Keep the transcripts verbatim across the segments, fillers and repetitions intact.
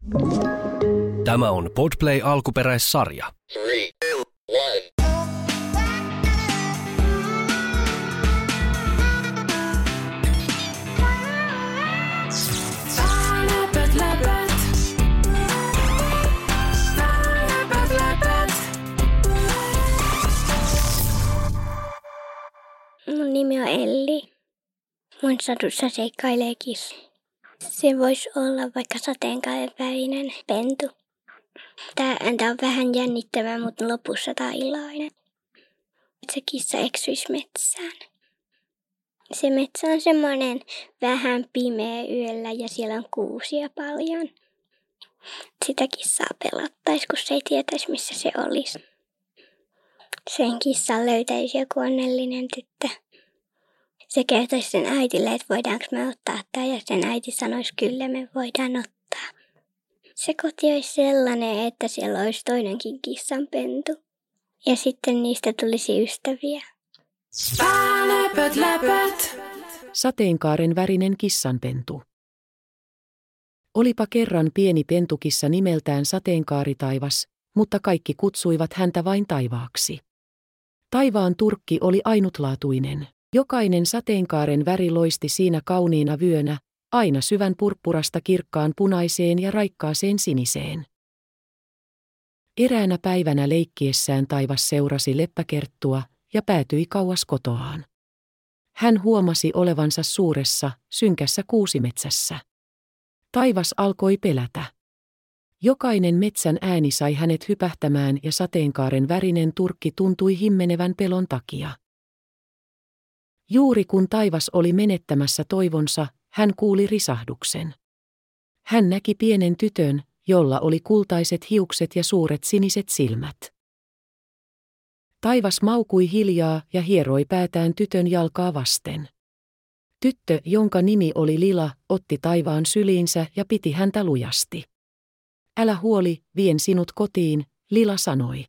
Tämä on Podplay alkuperäissarja. Three, two, one. Mun nimi on Elli. Mun satussa seikkailee kissa. Se voisi olla vaikka sateenkaaren värinen pentu. Tää on vähän jännittävää, mutta lopussa tää on iloinen. Se kissa eksyisi metsään. Se metsä on semmoinen vähän pimeä yöllä ja siellä on kuusia paljon. Sitä kissaa pelattaisi, kun se ei tietäisi, missä se olisi. Sen kissan löytäisi joku onnellinen tyttö. Se kertoisi sen äitille, että voidaanko me ottaa tämä, ja sen äiti sanoisi, kyllä me voidaan ottaa. Se koti olisi sellainen, että siellä olisi toinenkin kissanpentu. Ja sitten niistä tulisi ystäviä. Päälöpöt, löpöt. Sateenkaaren värinen kissanpentu. Olipa kerran pieni pentukissa nimeltään Sateenkaaritaivas, mutta kaikki kutsuivat häntä vain taivaaksi. Taivaan turkki oli ainutlaatuinen. Jokainen sateenkaaren väri loisti siinä kauniina vyönä, aina syvän purppurasta kirkkaan punaiseen ja raikkaaseen siniseen. Eräänä päivänä leikkiessään taivas seurasi leppäkerttua ja päätyi kauas kotoaan. Hän huomasi olevansa suuressa, synkässä kuusimetsässä. Taivas alkoi pelätä. Jokainen metsän ääni sai hänet hypähtämään ja sateenkaaren värinen turkki tuntui himmenevän pelon takia. Juuri kun taivas oli menettämässä toivonsa, hän kuuli risahduksen. Hän näki pienen tytön, jolla oli kultaiset hiukset ja suuret siniset silmät. Taivas maukui hiljaa ja hieroi päätään tytön jalkaa vasten. Tyttö, jonka nimi oli Lila, otti taivaan syliinsä ja piti häntä lujasti. Älä huoli, vien sinut kotiin, Lila sanoi.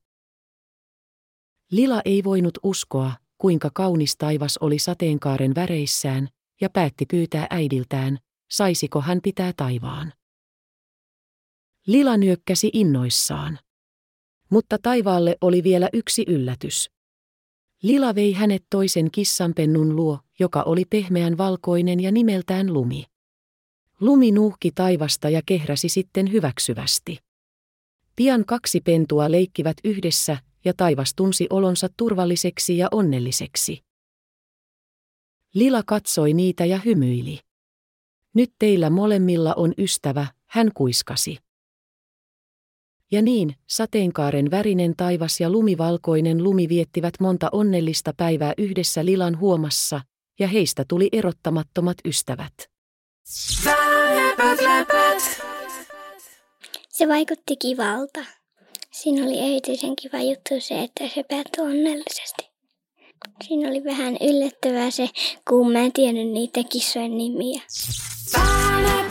Lila ei voinut uskoa, kuinka kaunis taivas oli sateenkaaren väreissään, ja päätti pyytää äidiltään, saisiko hän pitää taivaan. Lila nyökkäsi innoissaan. Mutta taivaalle oli vielä yksi yllätys. Lila vei hänet toisen kissanpennun luo, joka oli pehmeän valkoinen ja nimeltään Lumi. Lumi nuuhki taivasta ja kehräsi sitten hyväksyvästi. Pian kaksi pentua leikkivät yhdessä, ja taivas tunsi olonsa turvalliseksi ja onnelliseksi. Lila katsoi niitä ja hymyili. Nyt teillä molemmilla on ystävä, hän kuiskasi. Ja niin, sateenkaaren värinen taivas ja lumivalkoinen lumi viettivät monta onnellista päivää yhdessä Lilan huomassa, ja heistä tuli erottamattomat ystävät. Päälöpöt, löpöt. Se vaikutti kivalta. Siinä oli erityisen kiva juttu se, että se päättyi onnellisesti. Siinä oli vähän yllättävää se, kun mä en tiennyt niitä kissojen nimiä. Päälöpöt.